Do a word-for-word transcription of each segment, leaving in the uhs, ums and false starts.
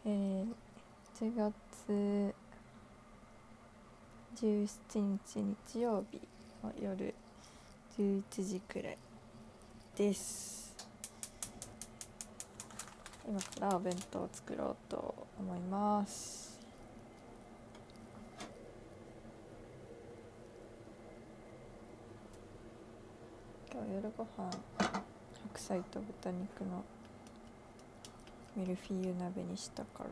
えー、いちがつじゅうしちにち日曜日の夜じゅういちじくらいです。今からお弁当を作ろうと思います。今日夜ご飯白菜と豚肉のミルフィーユ鍋にしたから、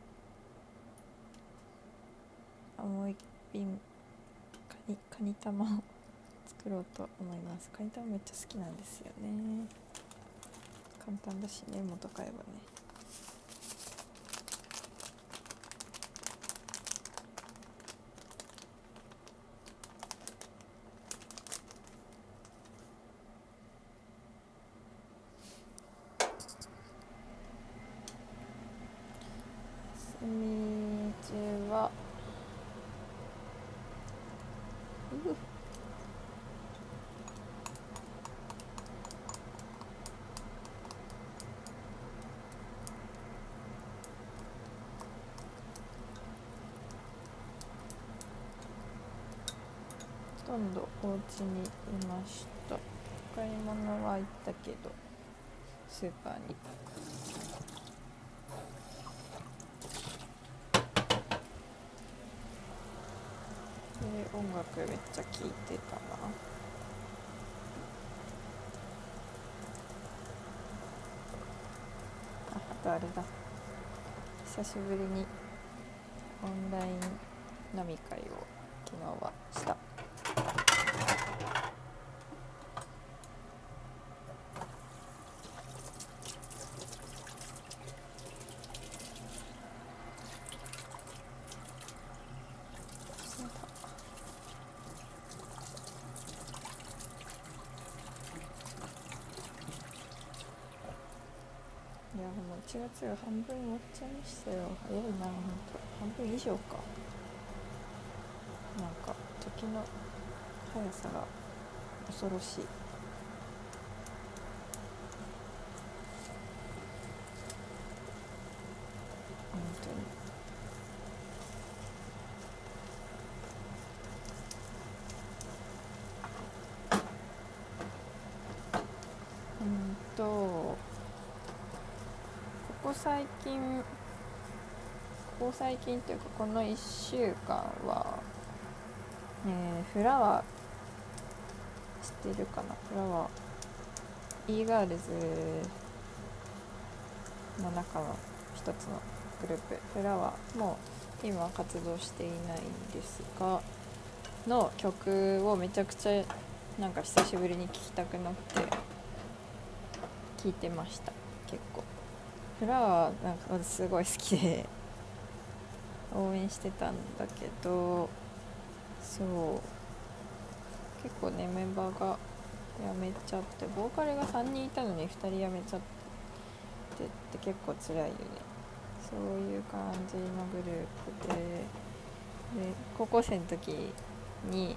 あもう一品カニカニ玉を作ろうと思います。カニ玉めっちゃ好きなんですよね。簡単だしね、元買えばね。休み中はうほとんどお家にいました。買い物は行ったけどスーパーにで音楽めっちゃ聴いてたな。あ、あとあれだ、久しぶりにオンライン飲み会を昨日はした。いやもういちがつが半分終わっちゃいましたよ。早いな、ほんと半分以上か。なんか時の速さが恐ろしい。本当に。うんとここ最近ここ最近っていうかこのいっしゅうかんは、えー、フラワー知ってるかな。フラワー e ガールズの中の一つのグループフラワーも今は活動していないんですがの曲をめちゃくちゃなんか久しぶりに聴きたくなって聴いてました。結構フラワーなんか私すごい好きで応援してたんだけど、そう結構ねメンバーが辞めちゃって、ボーカルがさんにんいたのにふたり辞めちゃってって結構辛いよね。そういう感じのグループで、で高校生の時に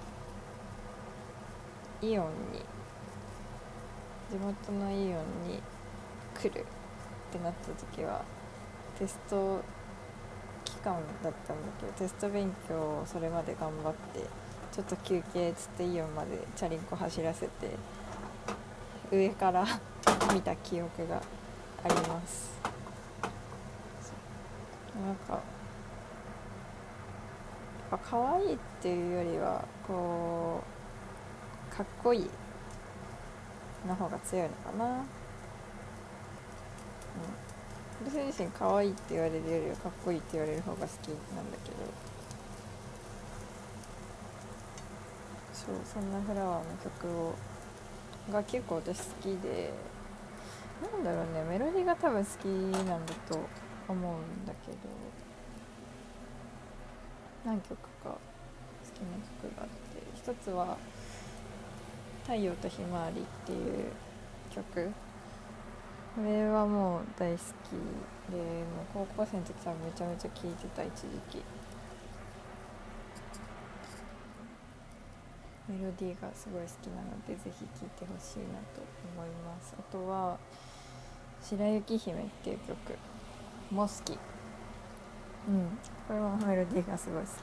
イオンに地元のイオンに来るってなった時はテスト期間だったんだけど、テスト勉強をそれまで頑張ってちょっと休憩つってイオンまでチャリンコ走らせて上から見た記憶があります。なんかやっぱ可愛いっていうよりはこうかっこいいの方が強いのかな。うん、私自身可愛いって言われるよりはかっこいいって言われる方が好きなんだけど、そうそんなフラワーの曲をが結構私好きで、なんだろうね、メロディーが多分好きなんだと思うんだけど、何曲か好きな曲があって、一つは太陽とひまわりっていう曲、これはもう大好きで、もう高校生の時はめちゃめちゃ聴いてた。一時期メロディーがすごい好きなのでぜひ聴いてほしいなと思います。あとは白雪姫っていう曲も好き。 うん、これもメロディーがすごい好き。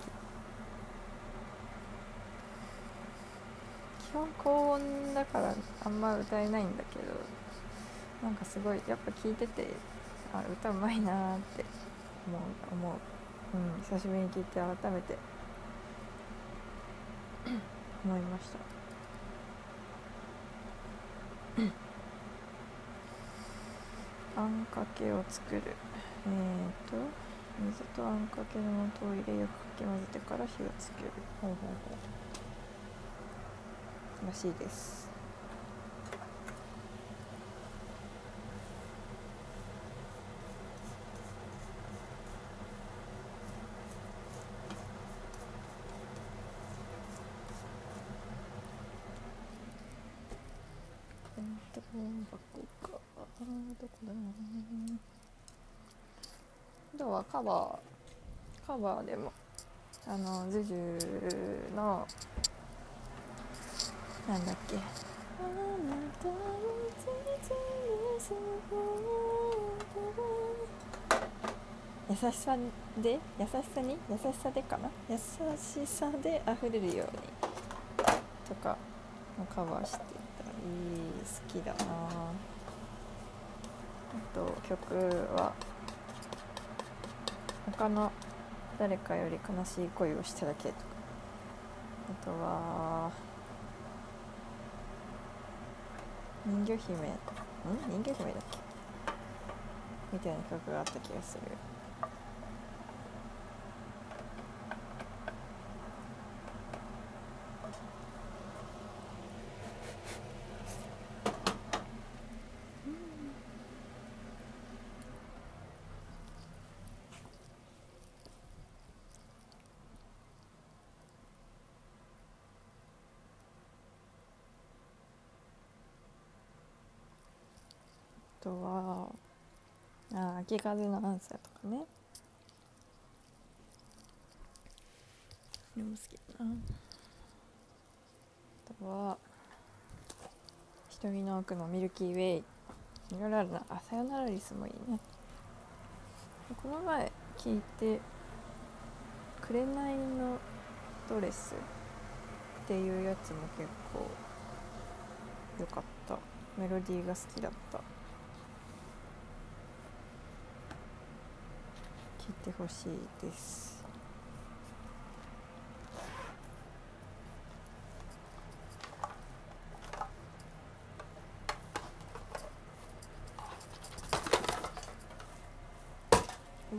基本高音だからあんま歌えないんだけど、なんかすごいやっぱ聴いてて、あ、歌うまいなーって思う思ううん、久しぶりに聴いて改めて思いましたあんかけを作る。えーと水とあんかけの素を入れよくかき混ぜてから火をつける。ほうほうほうらしいです。弁当箱か、どこだな。あとはカバーカバーでもあのジュジュのなんだっけ、あなたを優しさで優しさに優しさでかな優しさで溢れるようにとかもカバーしてたり好きだな。あと曲は他の誰かより悲しい恋をしただけとか、あとは人魚姫ん人魚姫だっけみたいな曲があった気がする。あとはあ秋風のアンサーとかね、でも好きだな。あとは瞳の奥のミルキーウェイ、いろいろあるな。あ、さよならリスもいいね。この前聞いて紅のドレスっていうやつも結構良かった。メロディーが好きだった。聞いてほしいです。う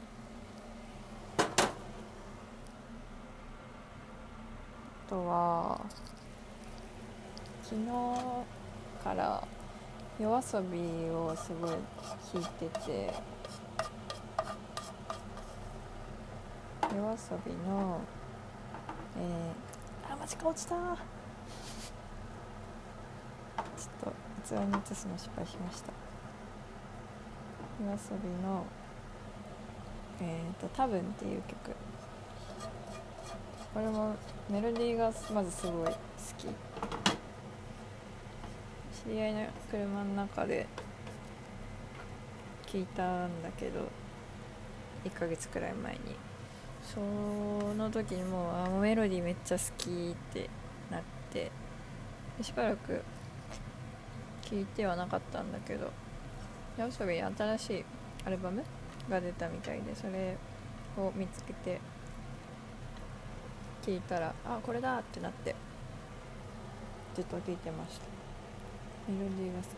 あとは昨日から夜遊びをすごい聴いてて、夜遊びのえー、あ、間違落ちた。ちょっと器に移すの失敗しました。夜遊びのえーと多分っていう曲、これもメロディーがまずすごい好き。知り合いの車の中で聞いたんだけど、いっかげつくらい前に、その時にもうあメロディーめっちゃ好きってなって、しばらく聞いてはなかったんだけど、夜遊び新しいアルバムが出たみたいで、それを見つけて聞いたら、あ、これだってなってずっと聞いてました。メロディーが好き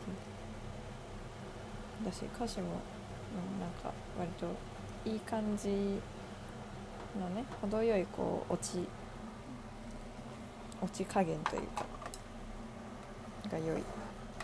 だし、歌詞も、うん、なんか割といい感じのね、程よいこう落ち落ち加減というかが良い。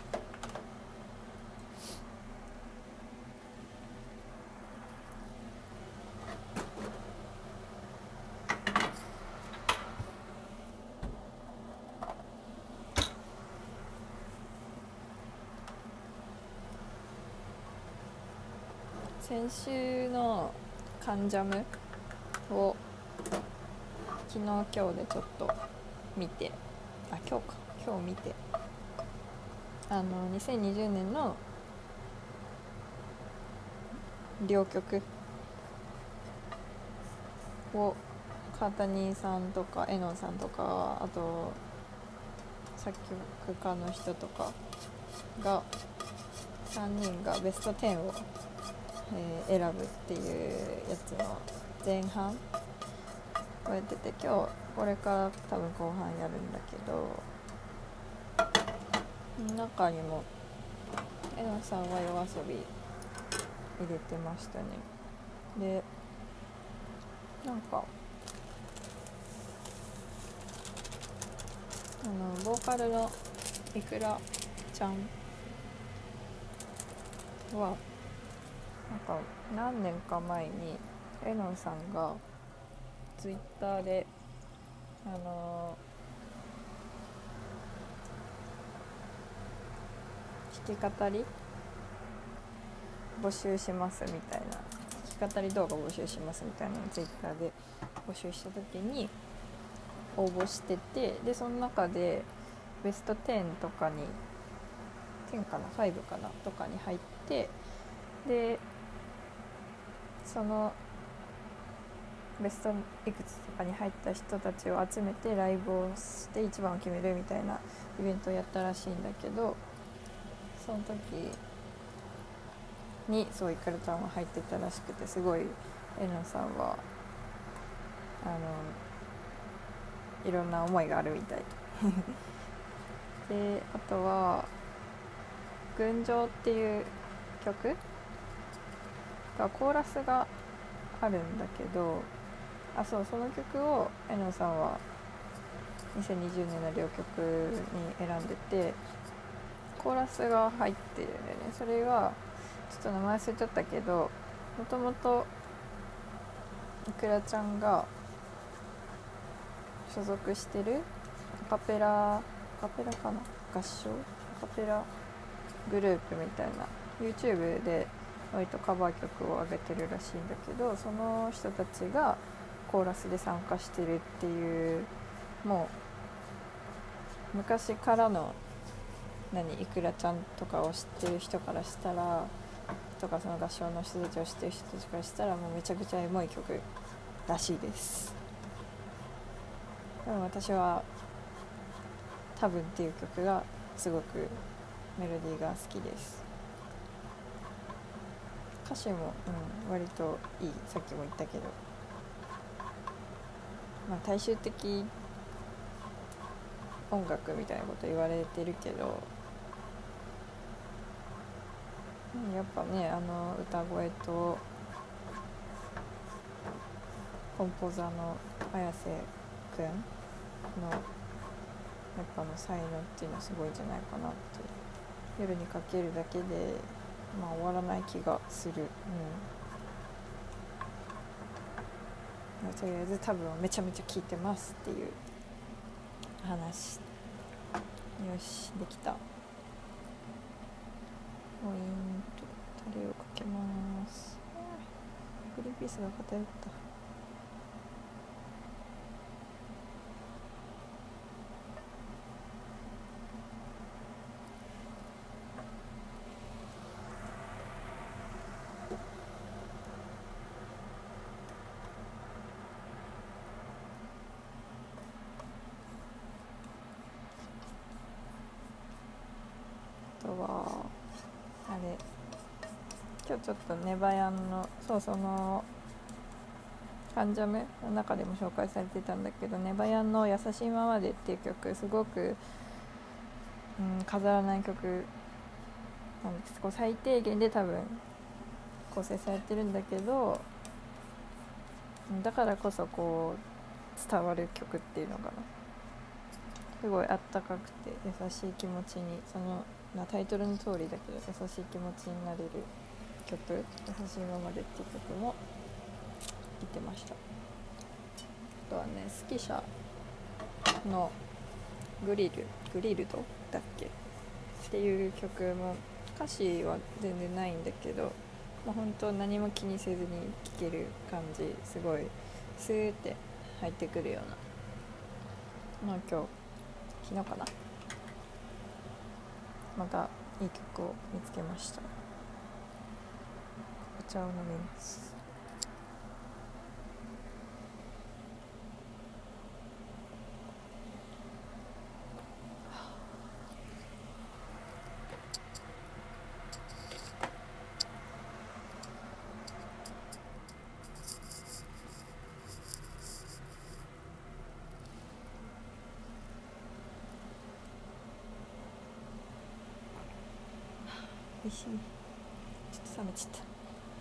先週のカンジャムを昨日今日でちょっと見て、あ、今日か今日見て、あのにせんにじゅうねんの両曲を川谷さんとかえのんさんとか、あと作曲家の人とかがさんにんがベストじゅうを、えー、選ぶっていうやつの前半をやってて、今日これから多分後半やるんだけど、中にもえのんさんは夜遊び入れてましたね。でなんかあのボーカルのいくらちゃんはなんか何年か前にえのんさんがツイッターであの弾き語り募集しますみたいな、弾き語り動画募集しますみたいなのをツイッターで募集した時に応募してて、でその中でベストじゅうとかにじゅうかなごかなとかに入って、でそのベストいくつとかに入った人たちを集めてライブをして一番を決めるみたいなイベントをやったらしいんだけど、その時にそういくらちゃんは入ってたらしくて、すごいえのさんはあのいろんな思いがあるみたいで、あとは群青っていう曲がコーラスがあるんだけど、あそうその曲をえのさんはにせんにじゅうねんの両曲に選んでて、コーラスが入ってるんだよね。それがちょっと名前忘れちゃったけど、もともといくらちゃんが所属してるアカペラアカペラかな合唱アカペラグループみたいな YouTube で割とカバー曲を上げてるらしいんだけど、その人たちがコーラスで参加してるっていう、もう昔からの何いくらちゃんとかを知ってる人からしたらとか、その合唱の人たちを知ってる人たちからしたらもうめちゃくちゃエモい曲らしいです。でも私は多分っていう曲がすごくメロディーが好きです。歌詞も、うん、割といい。さっきも言ったけど、まあ、大衆的音楽みたいなこと言われてるけど、うん、やっぱね、あの歌声とコンポザの綾瀬くんのやっぱの才能っていうのはすごいんじゃないかなって、夜にかけるだけで、まあ、終わらない気がする。うん、とりあえず多分めちゃめちゃ聴いてますっていう話。よし、できた。ポイントタレをかけます。グリーンピースが偏った。あとはあれ、今日ちょっとネバヤンのそうそのカンジャムの中でも紹介されてたんだけど、ネバヤンの優しいままでっていう曲、すごく、うん、飾らない曲なんです。こう最低限で多分構成されてるんだけど、だからこそこう伝わる曲っていうのかな、すごいあったかくて優しい気持ちに、そのタイトルの通りだけど優しい気持ちになれる曲、優しいままでっていう曲も聴いてました。あとはね、スキシャのグリルグリルドだっけっていう曲も歌詞は全然ないんだけど、まあ、本当何も気にせずに聴ける感じ、すごいスーって入ってくるようなのを今日昨日かなまたいい曲を見つけました。お茶を飲みます。 おいしい。ちょっと冷めちゃった。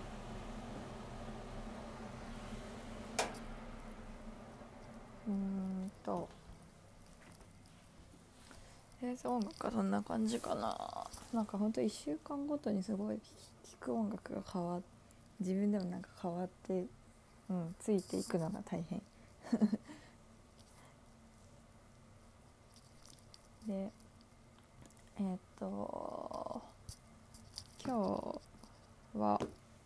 うーんととりあえず音楽はそんな感じかな。なんかほんといっしゅうかんごとにすごい聴く音楽が変わって、自分でもなんか変わって、うん、ついていくのが大変でえー、っと今日は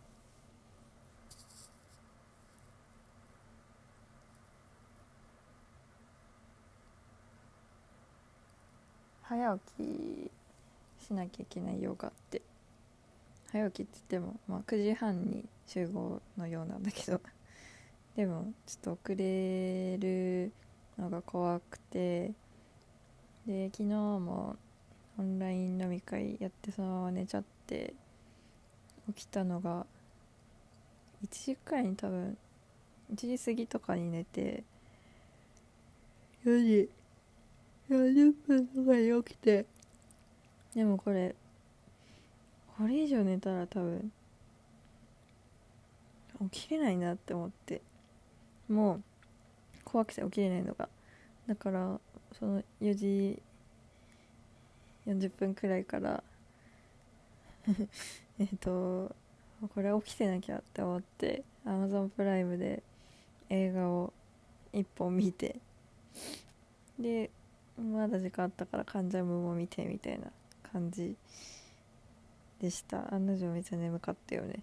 早起きしなきゃいけない用があって、早起きって言っても、まあ、くじはんに集合のようなんだけどでもちょっと遅れるのが怖くて、で昨日もオンライン飲み会やってそのまま寝ちゃって、起きたのがいちじくらいに、多分いちじ過ぎとかに寝て、よじよじゅっぷんとかに起きて、でもこれこれ以上寝たら多分起きれないなって思って、もう怖くて起きれないのが、だからそのよじよんじゅっぷんくらいからえっとこれ起きてなきゃって思って Amazon プライムで映画をいっぽん見て、でまだ時間あったから関ジャムも見てみたいな感じでした。案の定めっちゃ眠かったよね。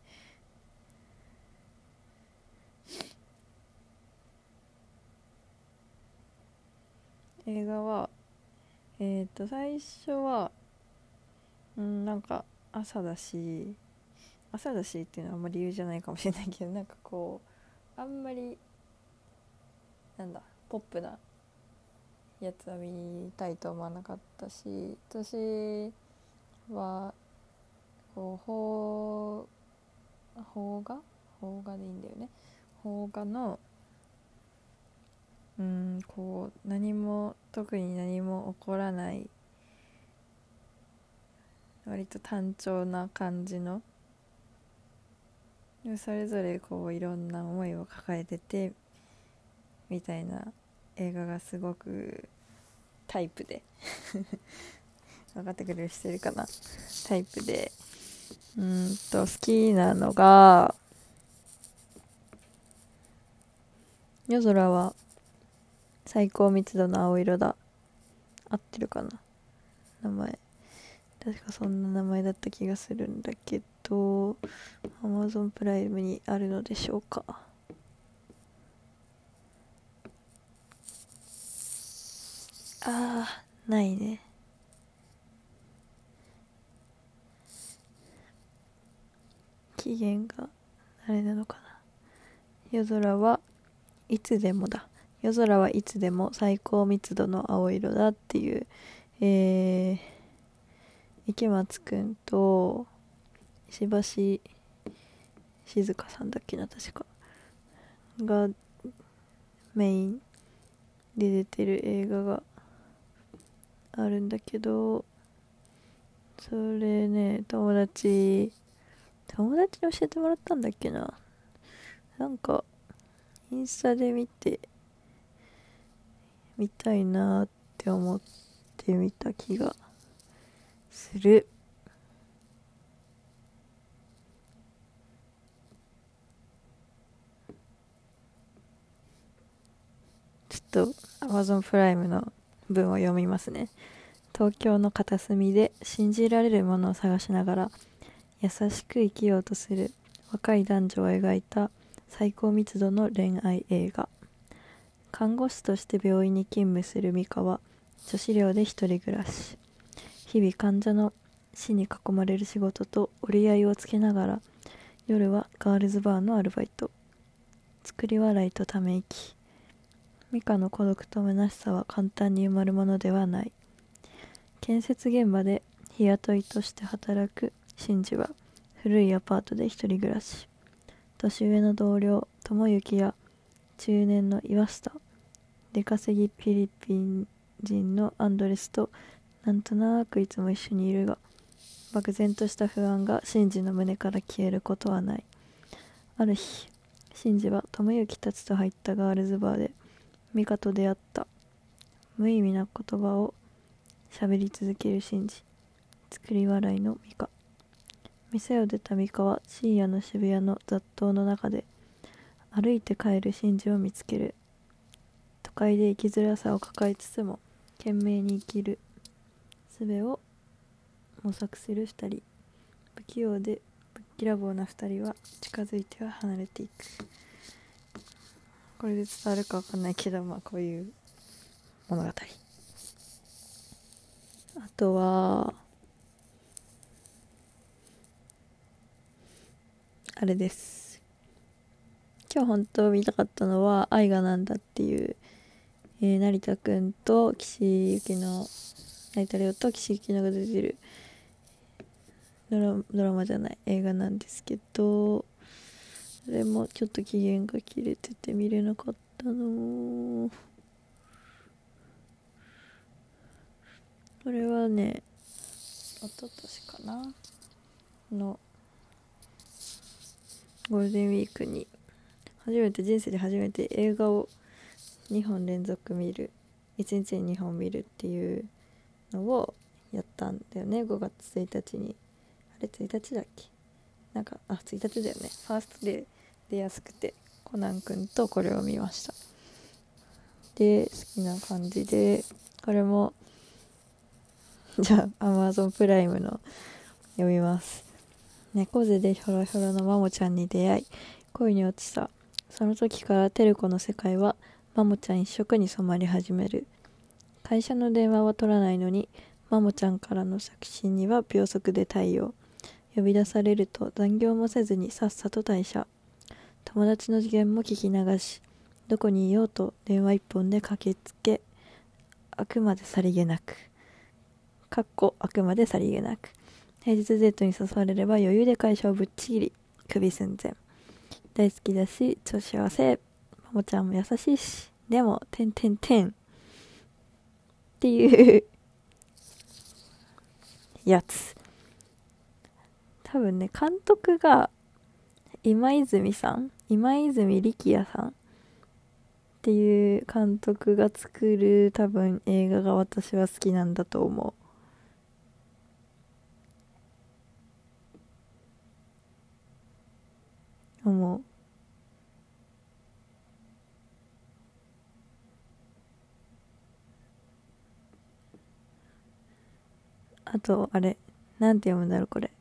映画はえっと最初はうんなんか朝だし朝だしっていうのはあんまり理由じゃないかもしれないけど、なんかこうあんまりなんだポップなやつは見たいと思わなかったし、私はこう邦画邦画でいいんだよね。邦画のうーんこう何も特に何も起こらない割と単調な感じの、それぞれこういろんな思いを抱えててみたいな映画がすごくタイプで分かってくれる人いるかな。タイプでうーんと好きなのが、夜空は最高密度の青色だ、合ってるかな名前、確かそんな名前だった気がするんだけど、 Amazon プライムにあるのでしょうか。あーないね。期限があれなのかな。夜空はいつでもだ夜空はいつでも最高密度の青色だっていう、えー、池松くんと石橋静香さんだっけな、確かがメインで出てる映画があるんだけど、それね友達友達に教えてもらったんだっけな。なんかインスタで見てみたいなって思ってみた気がする。ちょっと Amazon プライムの文を読みますね。東京の片隅で信じられるものを探しながら優しく生きようとする若い男女を描いた最高密度の恋愛映画。看護師として病院に勤務する美香は女子寮で一人暮らし、日々患者の死に囲まれる仕事と折り合いをつけながら、夜はガールズバーのアルバイト、作り笑いとため息。美香の孤独と虚しさは簡単に埋まるものではない。建設現場で日雇いとして働く真司は古いアパートで一人暮らし、年上の同僚智之や中年の岩下、出稼ぎフィリピン人のアンドレスとなんとなくいつも一緒にいるが、 漠然とした不安がシンジの胸から消えることはない。ある日、シンジは智之たちと入ったガールズバーでミカと出会った。無意味な言葉を喋り続けるシンジ、作り笑いのミカ。店を出たミカは深夜の渋谷の雑踏の中で歩いて帰るシンジを見つける。都会で生きづらさを抱えつつも懸命に生きる術を模索する二人。不器用でぶっきらぼうな二人は近づいては離れていく。これで伝わるかわかんないけど、まあこういう物語。あとはあれです。今日本当見たかったのは愛がなんだっていう、えー、成田くんと岸由紀乃、成田凌と岸由紀乃が出てるドラ、ドラマじゃない映画なんですけど、それもちょっと期限が切れてて見れなかったの。これはね、一昨年かなのゴールデンウィークに初めて、人生で初めて映画をにほん連続見る、いちにちににほん見るっていうのをやったんだよね。ごがつついたちに。あれついたちだっけ、なんかあついたちだよね。ファーストで出やすくてコナンくんとこれを見ました。で好きな感じで、これもじゃあ Amazon プライムの読みます。猫背でひょろひょろのマモちゃんに出会い恋に落ちた。その時からテルコの世界はマモちゃん一色に染まり始める。会社の電話は取らないのにマモちゃんからの着信には秒速で対応。呼び出されると残業もせずにさっさと退社。友達の次元も聞き流し、どこにいようと電話一本で駆けつけ、あくまでさりげなくかっこあくまでさりげなく平日デートに誘われれば余裕で会社をぶっちぎり首寸前。大好きだし超幸せ。マモちゃんも優しいし、でもてんてんてんっていうやつ。多分ね、監督が今泉さん、今泉力也さんっていう監督が作る多分映画が私は好きなんだと思う。思う。あとあれ、なんて読むんだろうこれ。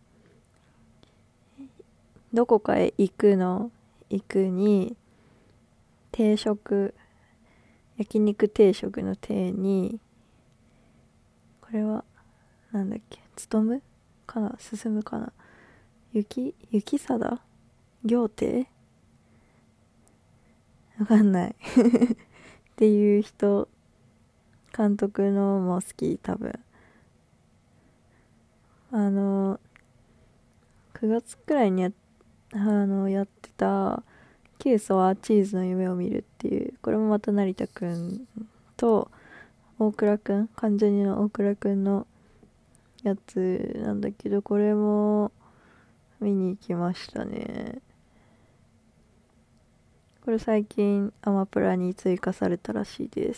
どこかへ行くの行くに定食、焼肉定食の定に、これはなんだっけ、勤むかな、進むかな、雪雪貞行程わかんないっていう人、監督のも好き。多分あのくがつくらいにやあのやってたキュウソはチーズの夢を見るっていう、これもまた成田くんと大倉くん、関ジャニの大倉くんのやつなんだけど、これも見に行きましたね。これ最近アマプラに追加されたらしいです。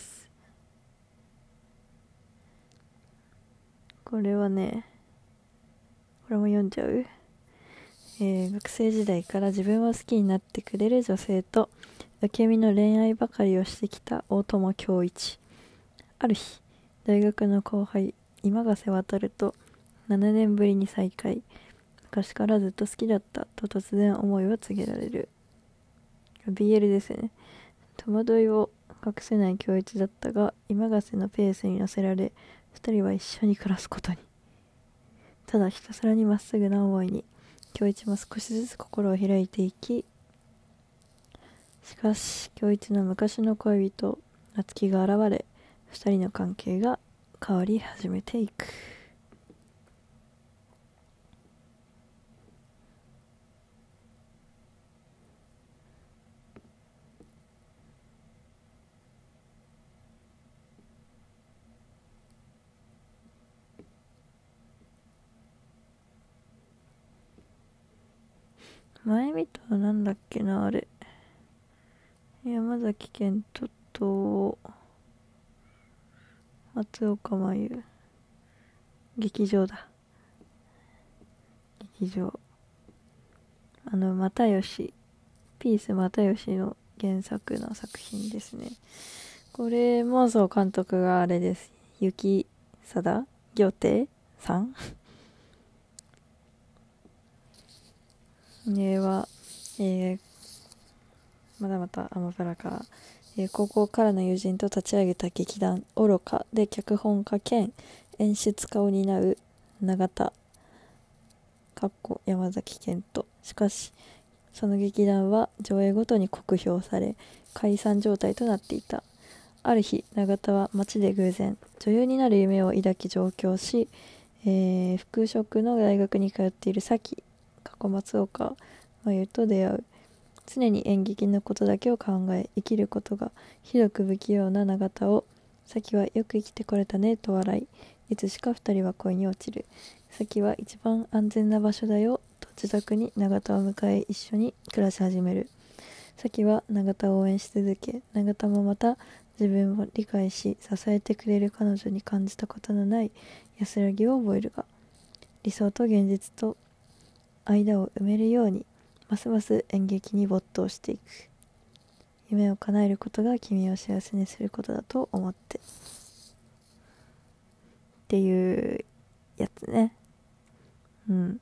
これはね、これも読んじゃう。えー、学生時代から自分を好きになってくれる女性と受け身の恋愛ばかりをしてきた大友恭一。ある日、大学の後輩今ヶ瀬渡とななねんぶりに再会。昔からずっと好きだったと突然思いを告げられる。 ビーエル ですね。戸惑いを隠せない恭一だったが、今ヶ瀬のペースに乗せられ二人は一緒に暮らすことに。ただひたすらにまっすぐな思いに恭一も少しずつ心を開いていき、しかし恭一の昔の恋人夏希が現れ、二人の関係が変わり始めていく。 前見たのなんだっけな、あれ。山崎賢人と松岡真優、劇場だ、劇場、あの又吉、ピース又吉の原作の作品ですね。これもそう、監督があれです、雪貞行程さんねは、えー、まだまたアマプラから、えー高校からの友人と立ち上げた劇団愚かで脚本家兼演出家を担う永田かっこ山崎賢人。しかしその劇団は上映ごとに酷評され解散状態となっていた。ある日、永田は街で偶然女優になる夢を抱き上京し、えー、服飾の大学に通っている咲過去松岡真優と出会う。常に演劇のことだけを考え生きることがひどく不器用な永田を咲はよく生きてこれたねと笑い、いつしか二人は恋に落ちる。咲は一番安全な場所だよと自宅に永田を迎え一緒に暮らし始める。咲は永田を応援し続け、永田もまた自分を理解し支えてくれる彼女に感じたことのない安らぎを覚えるが、理想と現実と間を埋めるようにますます演劇に没頭していく。夢を叶えることが君を幸せにすることだと思ってっていうやつね。うん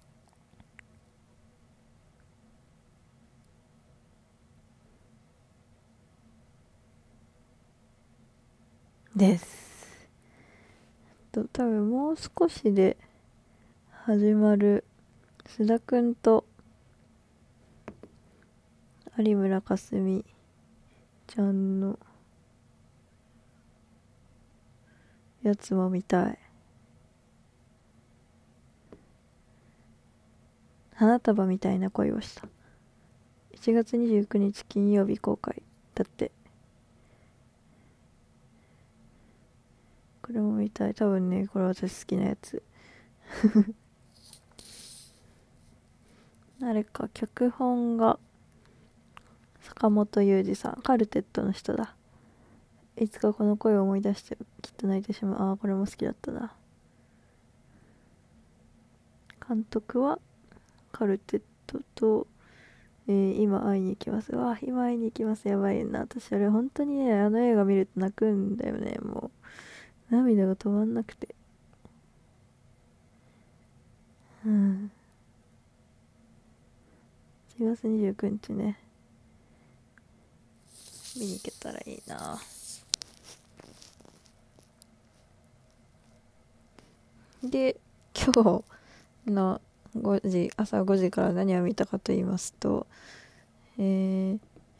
ですと。多分もう少しで始まる須田くんと有村架純ちゃんのやつも見たい。花束みたいな恋をした。いちがつにじゅうくにち金曜日公開だって。これも見たい。多分ね、これ私好きなやつ。あれか、脚本が坂本雄二さん、カルテットの人だ。いつかこの声を思い出してきっと泣いてしまう。ああ、これも好きだったな。監督はカルテットと、えー、今会いに行きます。わあ、今会いに行きます。やばいな。私あれ本当にね、あの映画見ると泣くんだよね。もう涙が止まんなくて。うん。いちがつにじゅうくにちね、見に行けたらいいな。で、今日のごじ、朝ごじから何を見たかと言いますと、えー、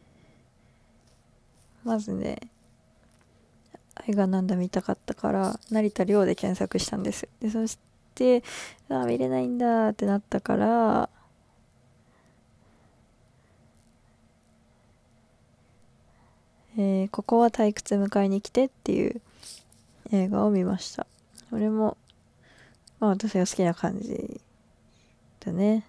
まずね、愛がなんだ見たかったから成田凌で検索したんです。でそしてあ見れないんだってなったから、えー、ここは退屈迎えに来てっていう映画を見ました。これもまあ私が好きな感じだね。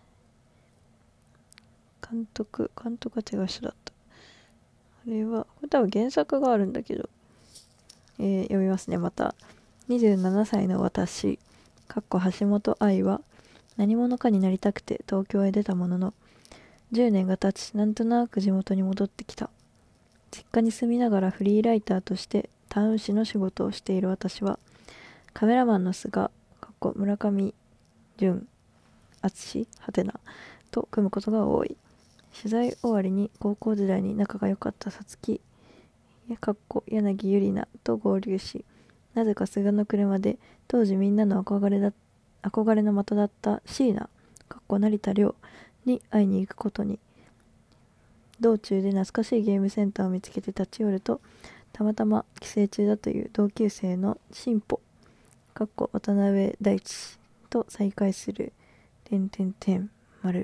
監督監督は違う人だった。これはこれ多分原作があるんだけど、えー、読みますね。またにじゅうななさいの私かっこ橋本愛は何者かになりたくて東京へ出たものの、じゅうねんが経ちなんとなく地元に戻ってきた。実家に住みながらフリーライターとしてタウン誌の仕事をしている私は、カメラマンの菅かっこ村上淳淳はてなと組むことが多い。取材終わりに高校時代に仲が良かったさつきかっこ柳ゆりなと合流し、なぜか菅の車で当時みんなの憧れだ憧れの的だった椎名かっこ成田凌に会いに行くことに。道中で懐かしいゲームセンターを見つけて立ち寄ると、たまたま帰省中だという同級生の進歩かっこ渡辺大地と再会する。てんてんてん丸。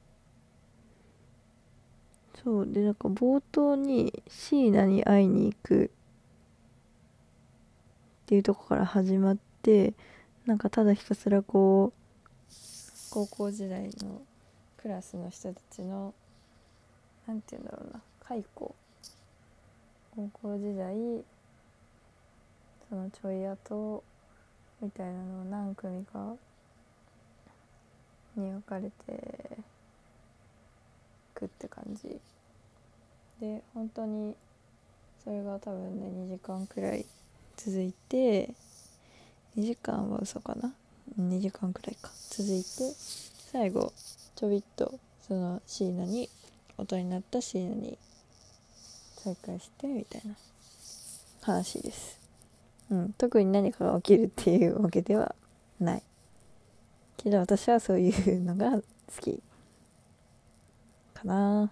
そうで、なんか冒頭に椎名に会いに行くっていうとこから始まって、なんかただひたすらこう高校時代のクラスの人たちのなんて言うんだろうな、解雇、高校時代そのちょい後みたいなのを何組かに分かれてくって感じで、本当にそれが多分ねにじかんくらい続いて、にじかんは嘘かな、にじかんくらいか続いて、最後ちょびっとその椎名に音になった椎名に再会してみたいな話です。うん、特に何かが起きるっていうわけではないけど、私はそういうのが好きかな。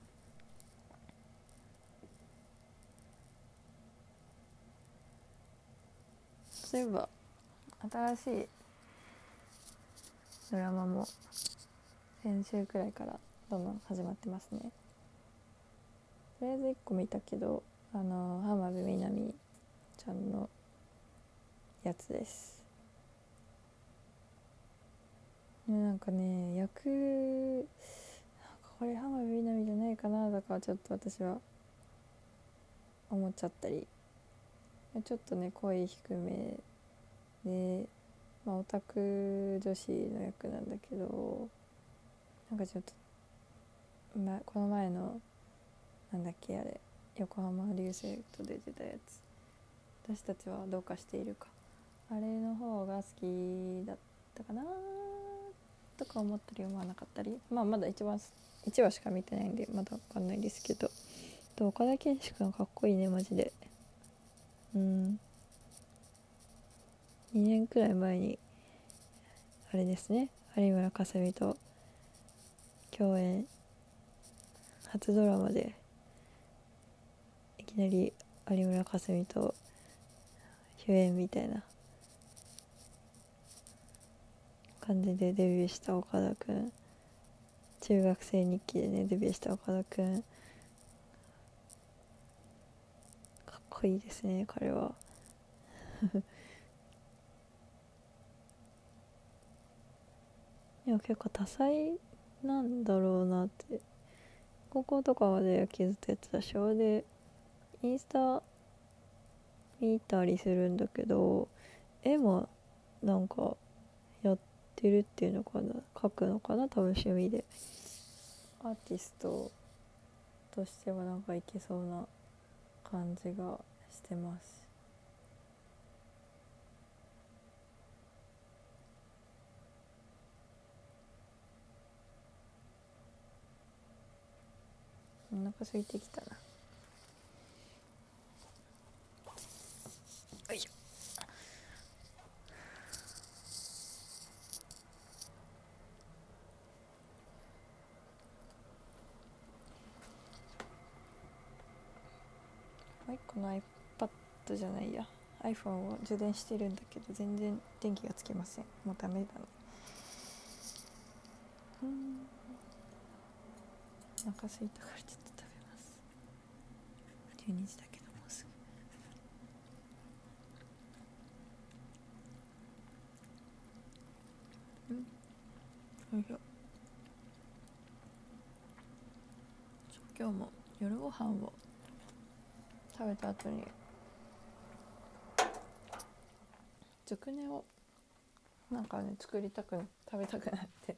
そういえば新しいドラマも先週くらいからどんどん始まってますね。とりあえずいっこ見たけど、あの浜辺美波ちゃんのやつです。なんかね、役なんかこれ浜辺美波じゃないかなとかちょっと私は思っちゃったり、ちょっとね声低めで、まあ、オタク女子の役なんだけど、なんかちょっと、ま、この前のなんだっけあれ、横浜流星と出てたやつ、私たちはどうかしているか、あれの方が好きだったかなとか思ったり思わなかったり、まあまだ一番いちわしか見てないんでまだ分かんないですけど、と岡田健志くんかっこいいねマジで。うん、にねんくらい前にあれですね、有村架純と共演、初ドラマでいきなり有村架純と主演みたいな感じでデビューした岡田くん、中学生日記でねデビューした岡田くん、かっこいいですね彼は。いや結構多彩なんだろうなって、高校とかまで野球ずっとやってたしょで、インスタ見たりするんだけど、絵もなんかやってるっていうのかな、描くのかな多分趣味で、アーティストとしてはなんかいけそうな感じがしてます。お腹空いてきたな。よいしょ。もう一個の iPad じゃないや iPhone を充電してるんだけど全然電気がつきません。もうダメだね。うん、お腹空いたからちょっと食べます。じゅうにじだけどもうすぐ。うんよいしょ。今日も夜ご飯を食べた後につくねをなんかね作りたく食べたくなって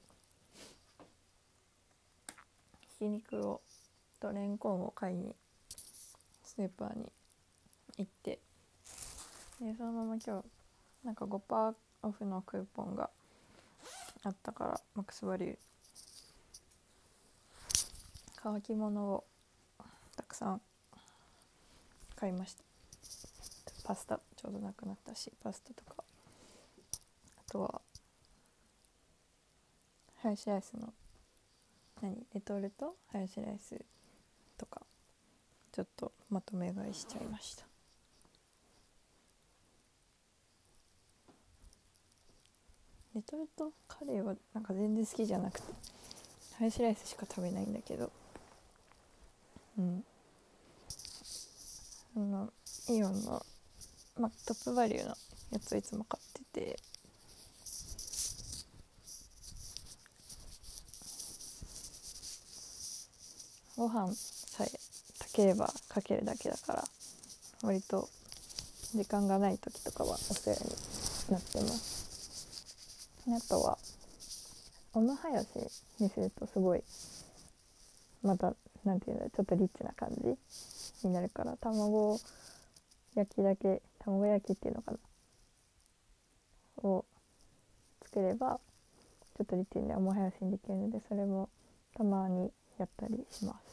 ひき肉をとレンコンを買いにスーパーに行って、でそのまま今日なんか ごパーセント オフのクーポンがあったからマックスバリュー乾き物をたくさん買いました。パスタちょうどなくなったしパスタとか、あとはハヤシライスの何レトルトハヤシライスとかちょっとまとめ買いしちゃいました。レトルトカレーはなんか全然好きじゃなくてハヤシライスしか食べないんだけど、うんそのイオンの、ま、トップバリューのやつをいつも買ってて、 ご飯さえ炊ければかけるだけだから、割と時間がない時とかはお世話になってます。あとはオムハヤシにするとすごいまたなんていうんだろう、ちょっとリッチな感じになるから、卵焼きだけ卵焼きっていうのかなを作ればちょっとリッチでオムハヤシにできるので、それもたまにやったりします。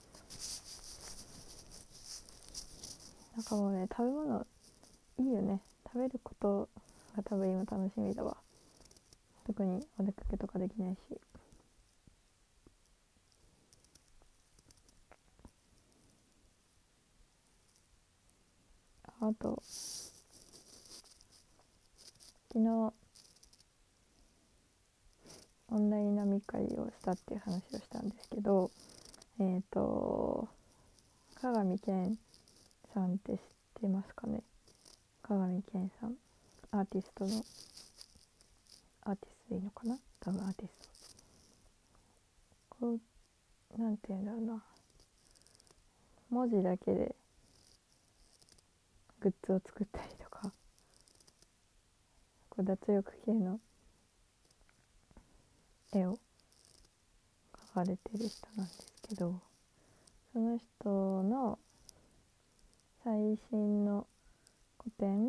なんかもうね、食べ物いいよね。食べることが多分今楽しみだわ。特にお出かけとかできないし。あと昨日オンライン飲み会をしたっていう話をしたんですけど、えっと加賀美健さんって知ってますかね。加賀美健さん、アーティストのアーティストでいいのかな、多分アーティスト。こうなんていうんだろうな、文字だけでグッズを作ったりとか、こう脱力系の絵を描かれてる人なんですけど、その人の最新の個展、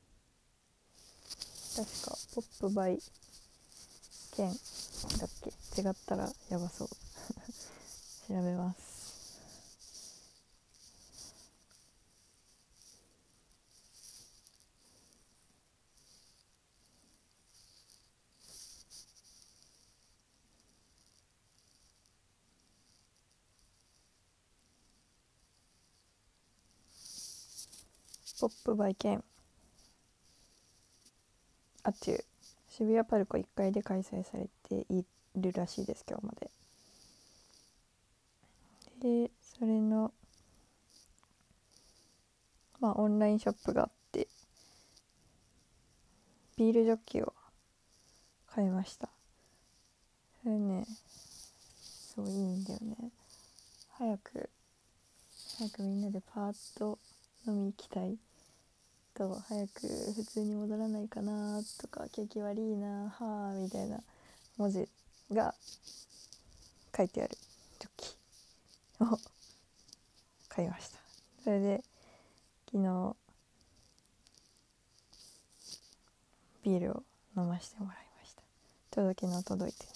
確かポップバイケンだっけ、違ったらやばそう調べます。ポップバイケンアチュー、渋谷パルコいっかいで開催されているらしいです、今日まで。でそれのまあオンラインショップがあって、ビールジョッキを買いました。それね、すごいいいんだよね。早く早くみんなでパーッと飲み行きたいと、早く普通に戻らないかなとか、景気悪いなはーみたいな文字が書いてあるジョッキを買いました。それで昨日ビールを飲ませてもらいました。ちょうど昨日届いてね。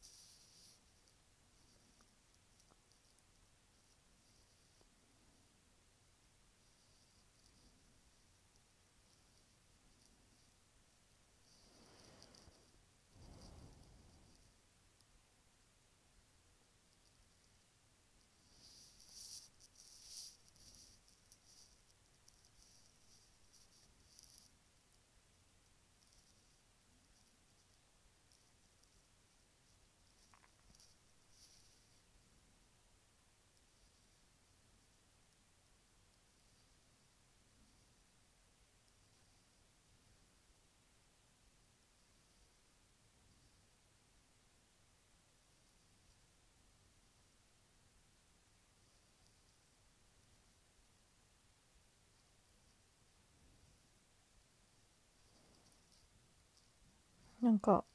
なんか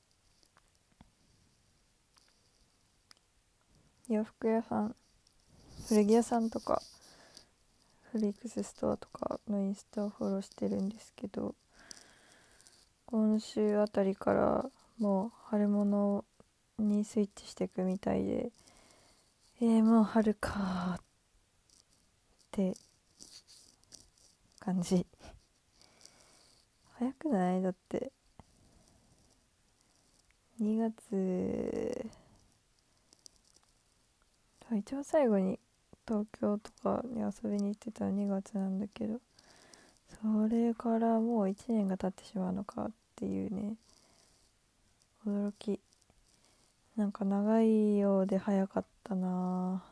洋服屋さん、古着屋さんとかフリークスストアとかのインスタをフォローしてるんですけど、今週あたりからもう春物にスイッチしていくみたいで、えー、もう春かーって感じ。早くない？だってにがつ、一番最後に東京とかに遊びに行ってたのにがつなんだけど、それからもういちねんが経ってしまうのかっていうね、驚き。なんか長いようで早かったな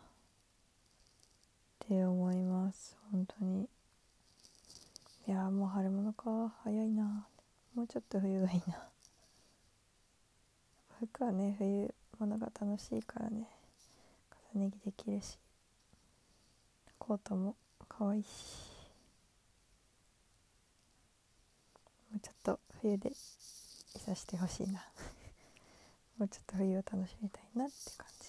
って思います、本当に。いやー、もう春物か、早いな。もうちょっと冬がいいな。服はね、冬物が楽しいからね。 重ね着できるし、コートも可愛いし、もうちょっと冬でいさしてほしいなもうちょっと冬を楽しみたいなって感じ。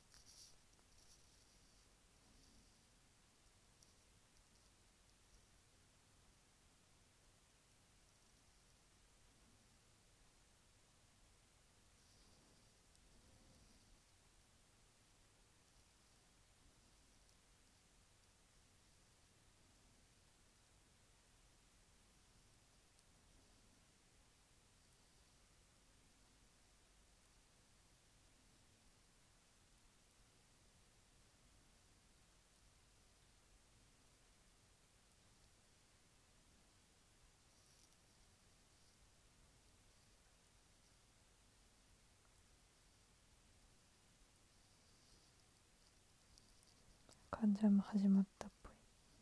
患者も始まったっぽい。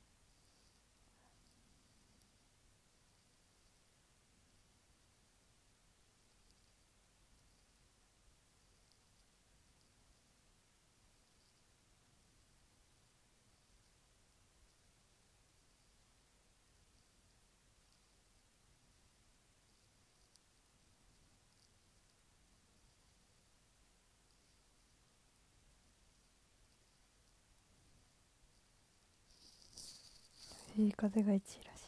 藤井風がいちいらしい。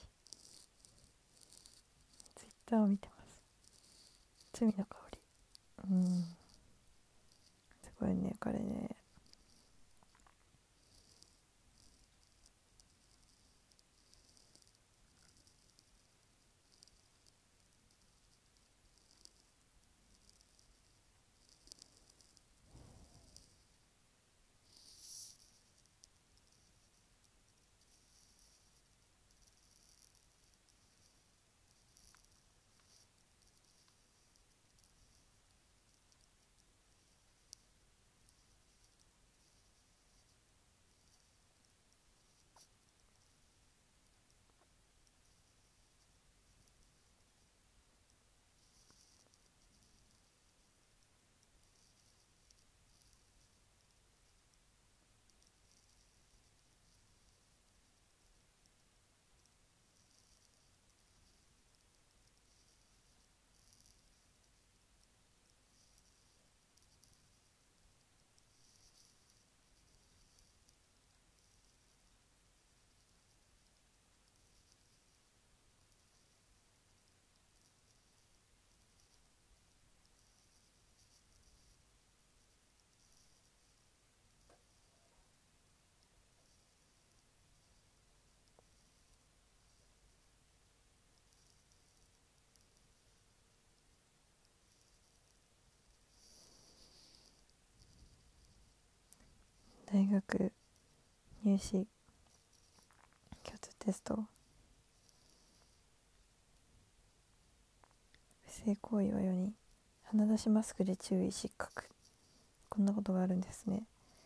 ツイッターを見てます。罪の香り、うんすごいね彼ね。大学入試共通テスト、不正行為はよにん、鼻出しマスクで注意失格。こんなことがあるんですね。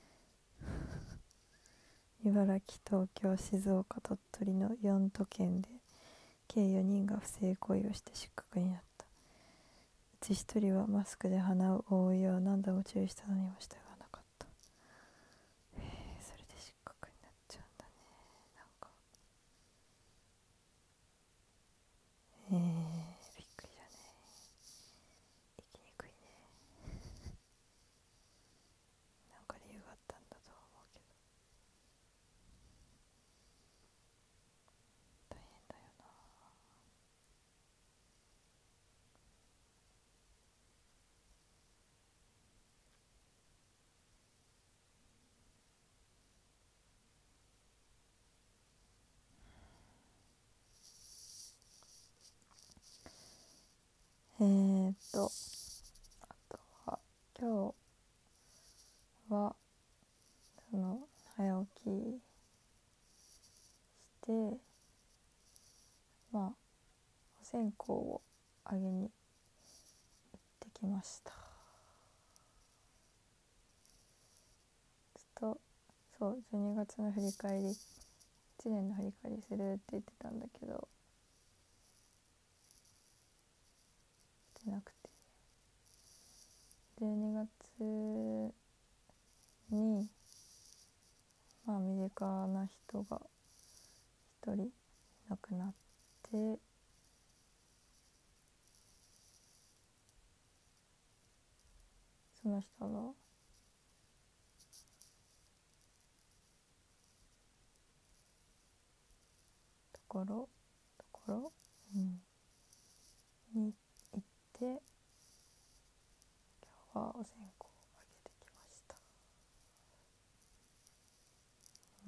茨城、東京、静岡、鳥取のよん都県で計よにんが不正行為をして失格になった。うちひとりはマスクで鼻を覆うよう何度も注意したのにも従わなかった。へえ、それで失格になっちゃうんだね。なんかえー、びっくりだね。生きにくいね。なんか理由があったんだとは思うけど大変だよな。えーっとあとは今日はその早起きしてまあお線香をあげに行ってきました。ずっとそうじゅうにがつの振り返りいちねんの振り返りするって言ってたんだけどしてなくて、じゅうにがつにその人のところところ、うん、に行って今日はお線香をあげてきました。うん。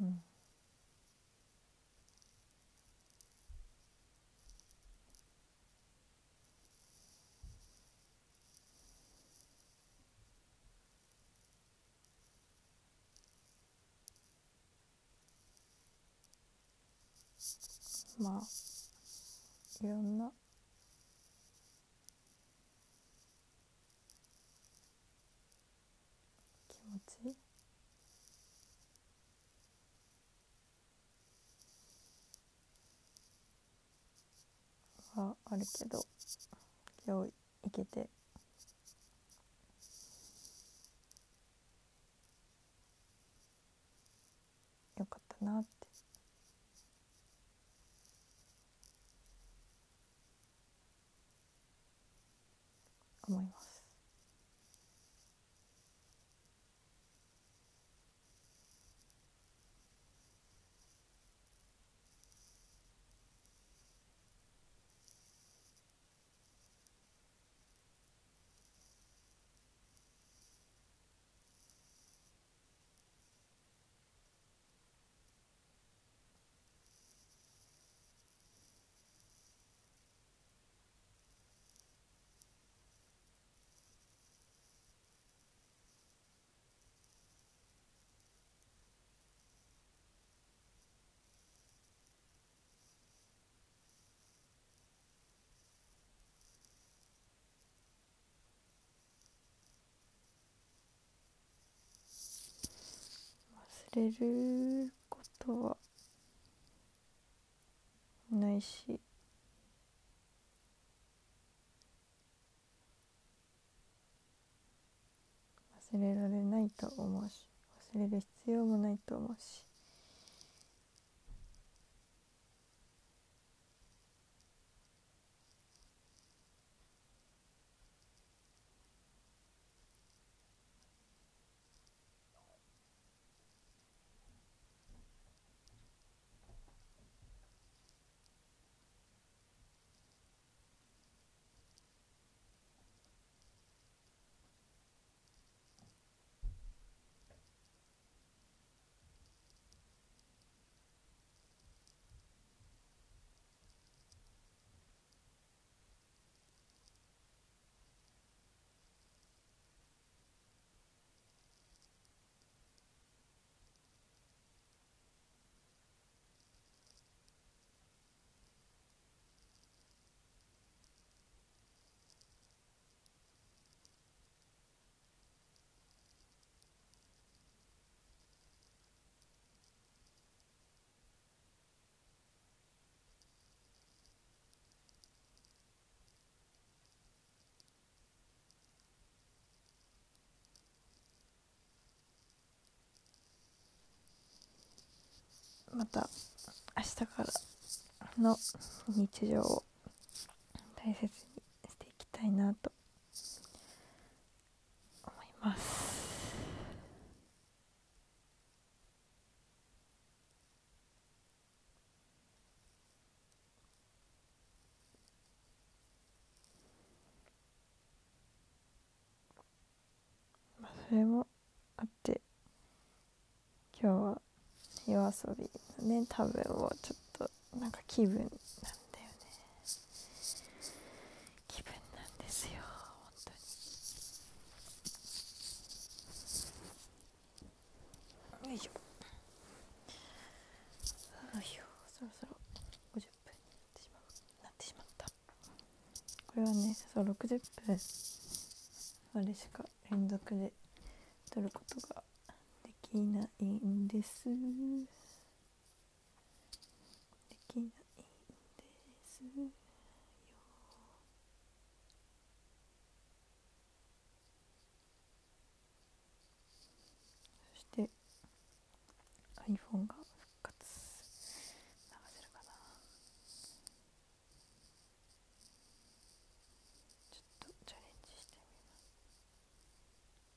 まあいろんな気持ちはあるけど、今日行けてよかったなって思います。忘れることはないし、忘れられないと思うし、忘れる必要もないと思うし、また明日からの日常を大切にしていきたいなと思います。まあそれもあって今日は夜遊びのね、多分をちょっとなんか気分なんだよね。気分なんですよ本当に。よいしょ。よいしょ。そろそろごじゅっぷんになってしまうなってしまった。これはね、そうろくじゅっぷんまでしか連続で撮ることができないんです。できないんですよ。そして iPhone が復活、流せるかな。ちょっとチャレンジしてみます。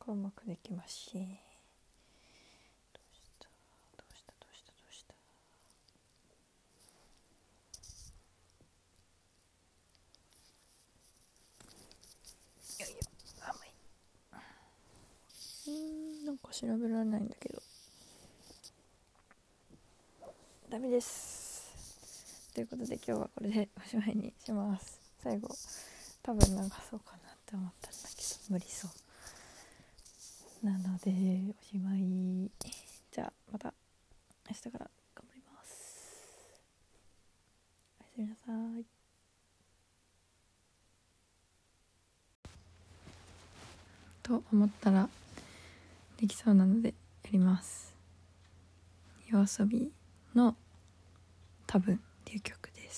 くうまくできますし、どうしたどうしたどうしたどうしたよいよ、甘い。うーん、なんか調べられないんだけどダメです。ということで今日はこれでおしまいにします。最後多分流そうかなって思ったんだけど無理そうなのでおしまい。じゃあまた明日から頑張ります。おやすみなさい。と思ったらできそうなのでやります。夜遊びの多分っていう曲です。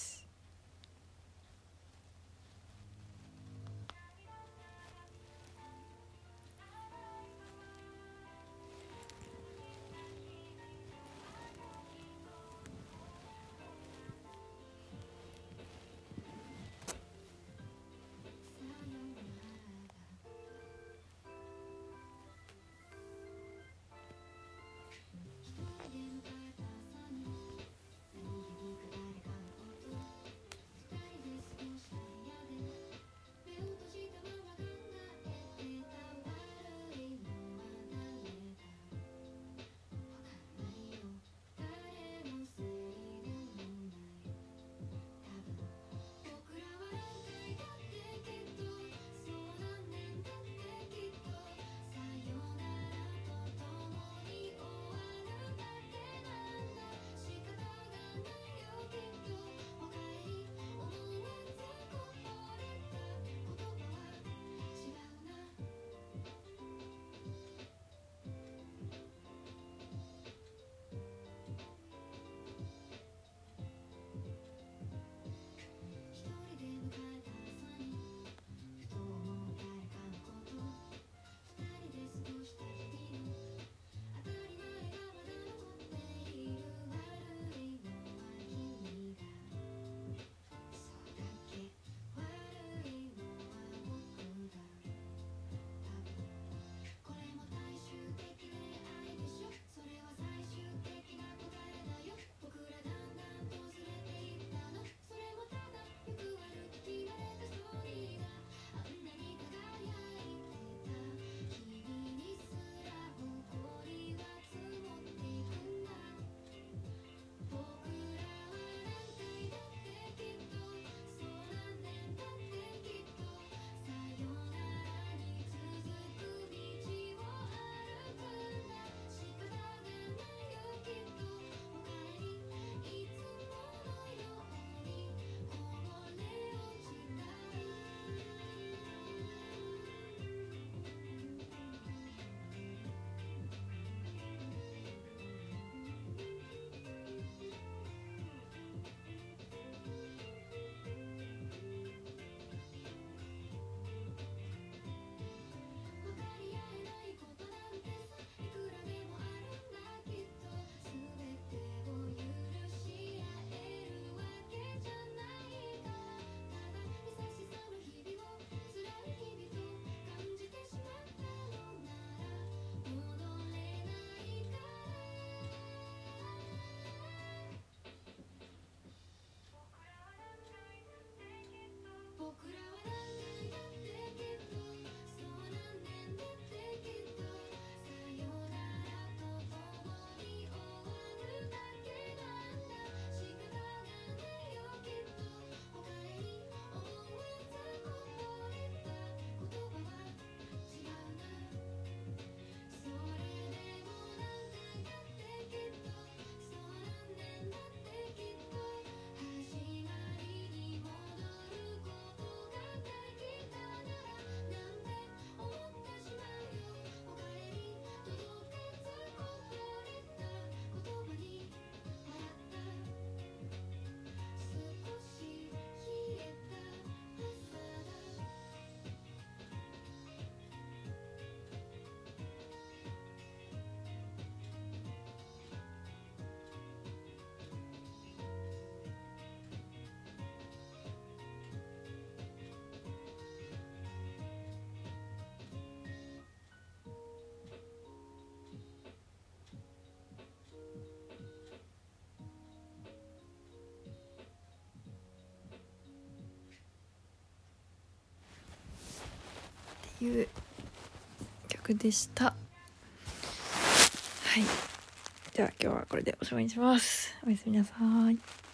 いう曲でした。はい、では今日はこれでおしまいにします。おやすみなさい。